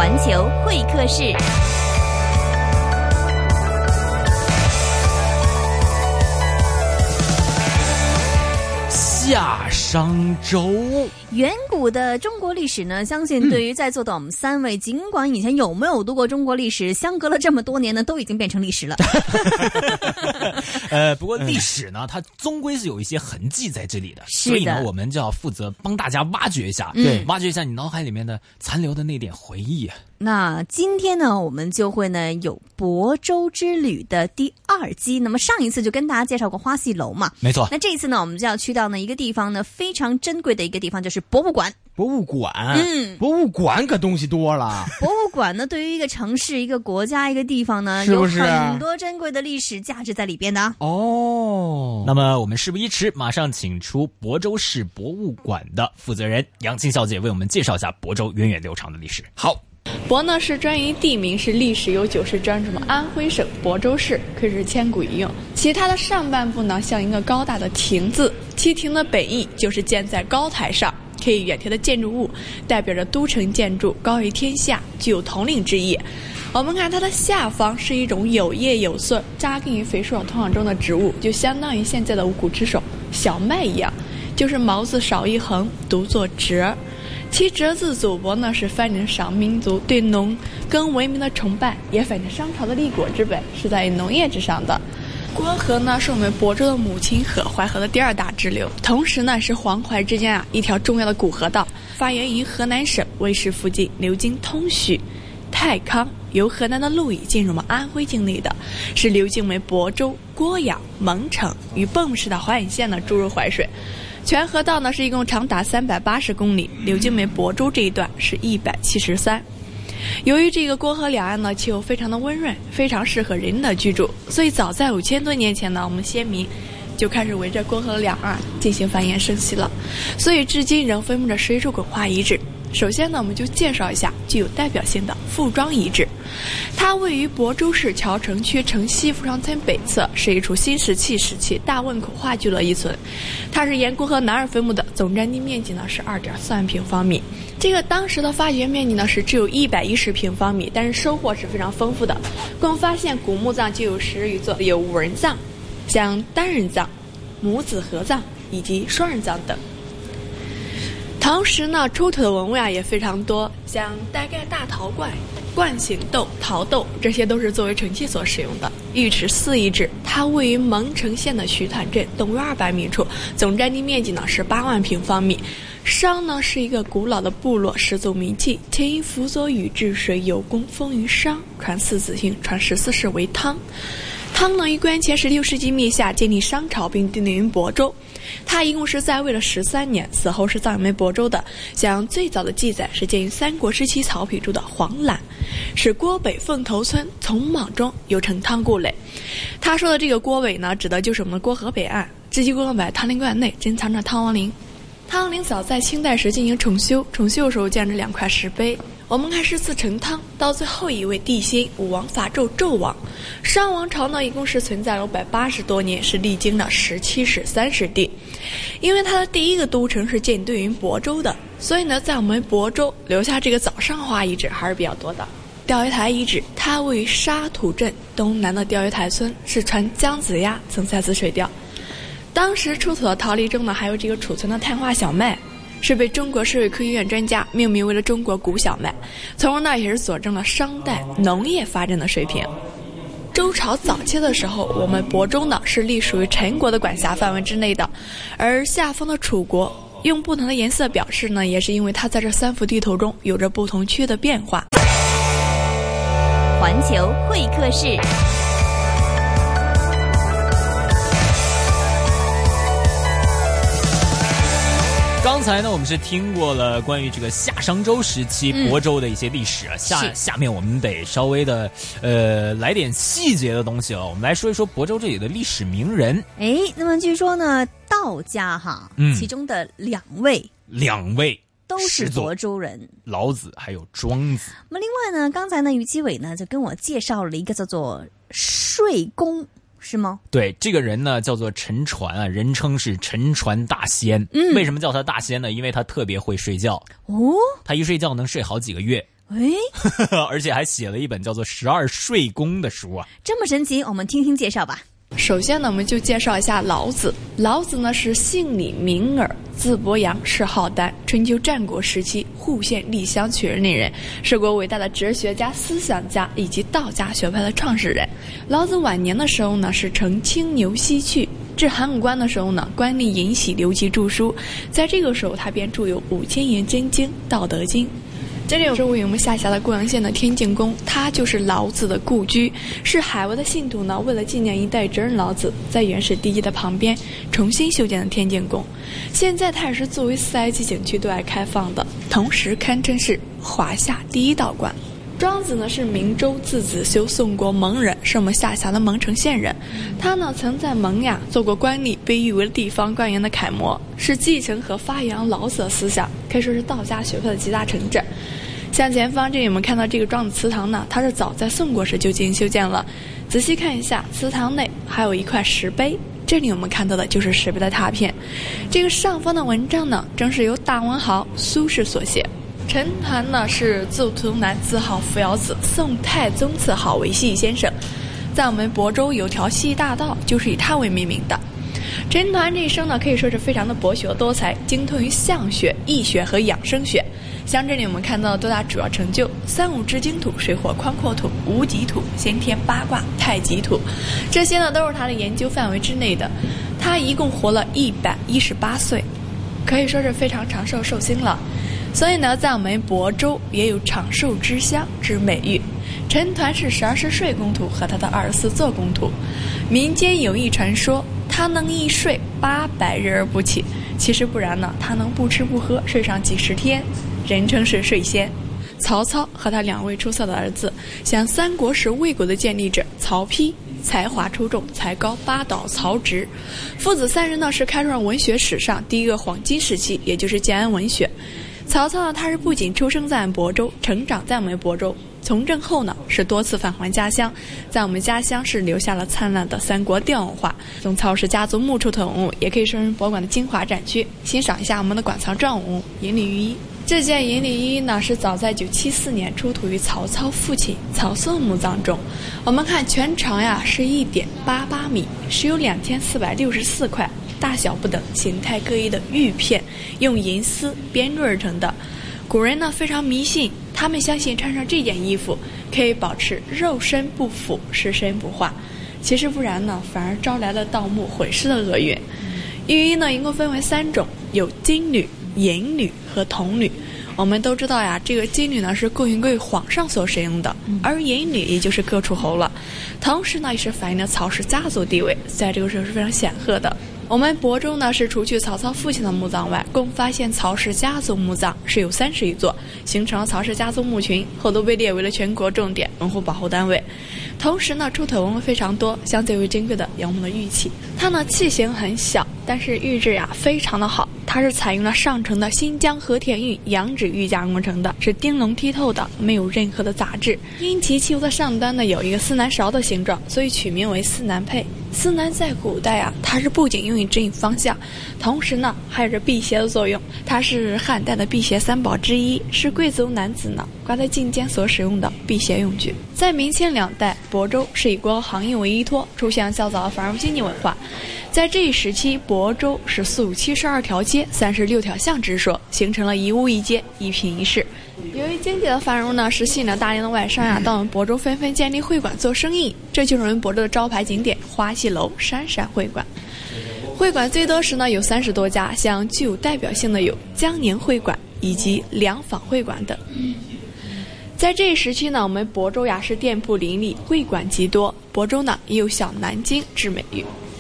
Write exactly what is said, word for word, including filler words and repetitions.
环球会客室。 夏商周， 远古的中国历史呢，相信对于在座的我们三位，嗯、尽管以前有没有读过中国历史，相隔了这么多年呢，都已经变成历史了。 呃，不过历史呢，它终归是有一些痕迹在这里的， 是的， 所以呢，我们就要负责帮大家挖掘一下， 对、嗯， 挖掘一下你脑海里面的残留的那点回忆啊。 那今天呢，我们就会呢有亳州之旅的第二集。那么上一次就跟大家介绍过花戏楼嘛， 没错。 那这一次呢，我们就要去到呢一个地方呢，非常珍贵的一个地方，就是博物馆。 博物馆， 嗯， 博物馆可东西多了。 博物馆呢，对于一个城市、一个国家、一个地方呢， 是不是有很多珍贵的历史价值在里边的。 哦， 那么我们事不宜迟，马上请出亳州市博物馆的负责人杨青小姐为我们介绍一下亳州源远流长的历史。 好。 亳呢是专于地名，是历史悠久，是专什么安徽省亳州市，可以是千古一用。其它的上半部呢像一个高大的亭字，其亭的本意就是建在高台上，可以远眺的建筑物，代表着都城建筑高于天下，具有统领之意。我们看它的下方是一种有叶有穗、扎根于肥硕土壤中的植物，就相当于现在的五谷之首小麦一样，就是毛字少一横，独作折。其折字祖伯呢是翻成少民族对农耕为民的崇拜，也反映商朝的立国之本是在于农业之上的。郭河呢是我们亳州的母亲河，淮河的第二大支流，同时呢是黄淮之间啊一条重要的古河道，发源于河南省魏氏附近，流经通许、太康，由河南的鹿邑进入我们安徽境内的，是流经为亳州、郭阳、蒙城与蚌埠市的淮安县呢注入淮水。全河道呢是一共长达三百八十公里，流经为亳州这一段是一百七十三。由于这个郭河两岸呢气候非常的温润，非常适合人的居住，所以早在五千多年前呢，我们先民就开始围着郭河两岸进行繁衍生息了，所以至今仍分布着水手滚化遗址。首先呢，我们就介绍一下具有代表性的傅庄遗址。它位于亳州市谯城区城西傅庄村北侧，是一处新石器时期大汶口话聚落遗存。它是沿郭河南岸分布的，总占地面积呢是 二点四万平方米。这个当时的发掘面积呢是只有一百一十平方米，但是收获是非常丰富的，共发现古墓葬就有十余座，有五人葬、像单人葬、母子合葬以及双人葬等。同时呢，出土的文物啊也非常多，像带盖大陶罐、罐形豆、陶豆，这些都是作为盛器所使用的。尉迟寺遗址，它位于蒙城县的徐潭镇东约二百米处，总占地面积呢是八万平方米。商呢是一个古老的部落，始祖名器，前因辅佐禹治水有功，封于商，传四子姓，传十四世为汤。汤呢于公元前十六世纪灭夏，建立商朝并定居于亳州。他一共是在位了十三年，死后是葬于亳州的。像最早的记载是见于三国时期曹丕著的《黄览》，是郭北凤头村从莽中又称汤固垒。他说的这个郭北呢，指的就是我们的郭河北岸，至今郭河北汤陵观内珍藏着汤王陵。汤王陵早在清代时进行重修，重修的时候建着两块石碑。我们看是自成汤到最后一位帝辛武王伐纣纣王。商王朝呢一共是存在了五百八十多年，是历经了十七史三十帝。因为它的第一个都城是建对于亳州的，所以呢在我们亳州留下这个早上花遗址还是比较多的。钓鱼台遗址，它位于沙土镇东南的钓鱼台村，是传姜子牙曾在此水钓。当时出土的陶犁中呢还有这个储存的碳化小麦，是被中国社会科学院专家命名为了中国古小麦，从而呢也是佐证了商代农业发展的水平。周朝早期的时候，我们亳州呢是隶属于陈国的管辖范围之内的，而下方的楚国用不同的颜色表示呢，也是因为它在这三幅地图中有着不同区域的变化。 环球会客室。 刚才呢，我们是听过了关于这个夏商周时期亳州的一些历史啊。嗯、下下面我们得稍微的呃来点细节的东西了。我们来说一说亳州这里的历史名人。 哎，那么据说呢，道家哈，嗯、其中的两位， 两位都是亳州人， 老子还有庄子。 那么另外呢，刚才呢，于基伟呢就跟我介绍了一个叫做睡公。是吗？ 对，这个人呢叫做陈传啊，人称是陈传大仙。嗯，为什么叫他大仙呢？因为他特别会睡觉。 哦， 他一睡觉能睡好几个月。 哎， 而且还写了一本叫做《十二睡宫》的书啊， 这么神奇，我们听听介绍吧。 首先呢，我们就介绍一下老子。老子呢是姓李名耳，字伯阳，谥浩丹，春秋战国时期户县丽乡曲人那人，是国伟大的哲学家、思想家以及道家学派的创始人。老子晚年的时候呢，是乘青牛西去，至函谷关的时候呢，官吏尹喜留其著书，在这个时候他便著有五千言真经《道德经》。这里是位于我们下辖的贵阳县的天净宫，它就是老子的故居，是海外的信徒呢为了纪念一代哲人老子，在原始地基的旁边重新修建的天净宫。现在它也是作为四 A 级景区对外开放的，同时堪称是华夏第一道观。庄子呢是明州，字子修，宋国蒙人，是我们下辖的蒙城县人。他呢曾在蒙呀做过官吏，被誉为地方官员的楷模，是继承和发扬老子的思想，可以说是道家学派的集大成者。向前方这里我们看到这个庄子祠堂呢，它是早在宋国时就进行修建了。仔细看一下，祠堂内还有一块石碑，这里我们看到的就是石碑的拓片。这个上方的文章呢，正是由大文豪苏轼所写。陈抟呢是字图南，字号扶摇子，宋太宗赐号为西域先生。在我们亳州有条西域大道，就是以他为命名的。陈抟这一生呢，可以说是非常的博学多才，精通于相学、易学和养生学。像这里我们看到的多大主要成就：三五至经土、水火宽阔土、无极土、先天八卦、太极土，这些呢都是他的研究范围之内的。他一共活了一百一十八岁，可以说是非常长寿寿星了。所以呢，在我们亳州也有长寿之乡之美誉。陈抟是十二时睡宫图和他的二十四坐宫图。民间有一传说，他能一睡八百日而不起。其实不然呢，他能不吃不喝睡上几十天，人称是睡仙。曹操和他两位出色的儿子，像三国时魏国的建立者曹丕，才华出众，才高八斗曹植，父子三人呢是开创文学史上第一个黄金时期，也就是建安文学。曹操呢，他是不仅出生在亳州，成长在我们亳州，从政后呢是多次返还家乡，在我们家乡是留下了灿烂的三国调文化。从曹氏家族墓出土文物，也可以说是博物馆的精华展区，欣赏一下我们的馆藏状文物银鲤玉衣。这件银鲤玉衣呢，是早在一九七四年出土于曹操父亲曹嵩墓葬中。我们看全长呀是 一点八八米，是由两千四百六十四块大小不等、形态各异的玉片用银丝编织而成的。古人呢非常迷信，他们相信穿上这件衣服可以保持肉身不腐、尸身不化。其实不然呢，反而招来了盗墓毁尸的厄运。玉衣呢一共分为三种，有金缕、银缕和铜缕。我们都知道呀，这个金缕呢是供应给皇上所使用的，而银缕也就是各处侯了。同时呢，也是反映了曹氏家族地位，在这个时候是非常显赫的。我们亳州呢是除去曹操父亲的墓葬外，共发现曹氏家族墓葬是有三十余座，形成了曹氏家族墓群，后都被列为了全国重点文物保护单位。同时呢，出土文物非常多，像最为珍贵的有我们的玉器，它呢器型很小，但是玉质呀非常的好，它是采用了上乘的新疆和田玉羊脂玉加工成的，是丁龙剔透的，没有任何的杂质。因其器物的上端呢有一个司南勺的形状，所以取名为司南佩。司南在古代啊，它是不仅用于指引方向，同时呢还有着辟邪的作用。它是汉代的辟邪三宝之一，是贵族男子呢挂在颈间所使用的辟邪用具。在明清两代，亳州是以国行业为依托，出现了较早的繁荣经济文化。在这一时期，亳州是四五七十二条街、三十六条巷之说，形成了一屋一街、一品一市。由于经济的繁荣呢，是吸引了大量的外商呀、啊、到我们亳州纷纷建立会馆做生意，这就是我们亳州的招牌景点花溪楼珊珊会馆。会馆最多时呢有三十多家，像具有代表性的有江宁会馆以及两坊会馆等。在这一时期呢，我们亳州呀是店铺林立，会馆极多。亳州呢也有小南京之美誉。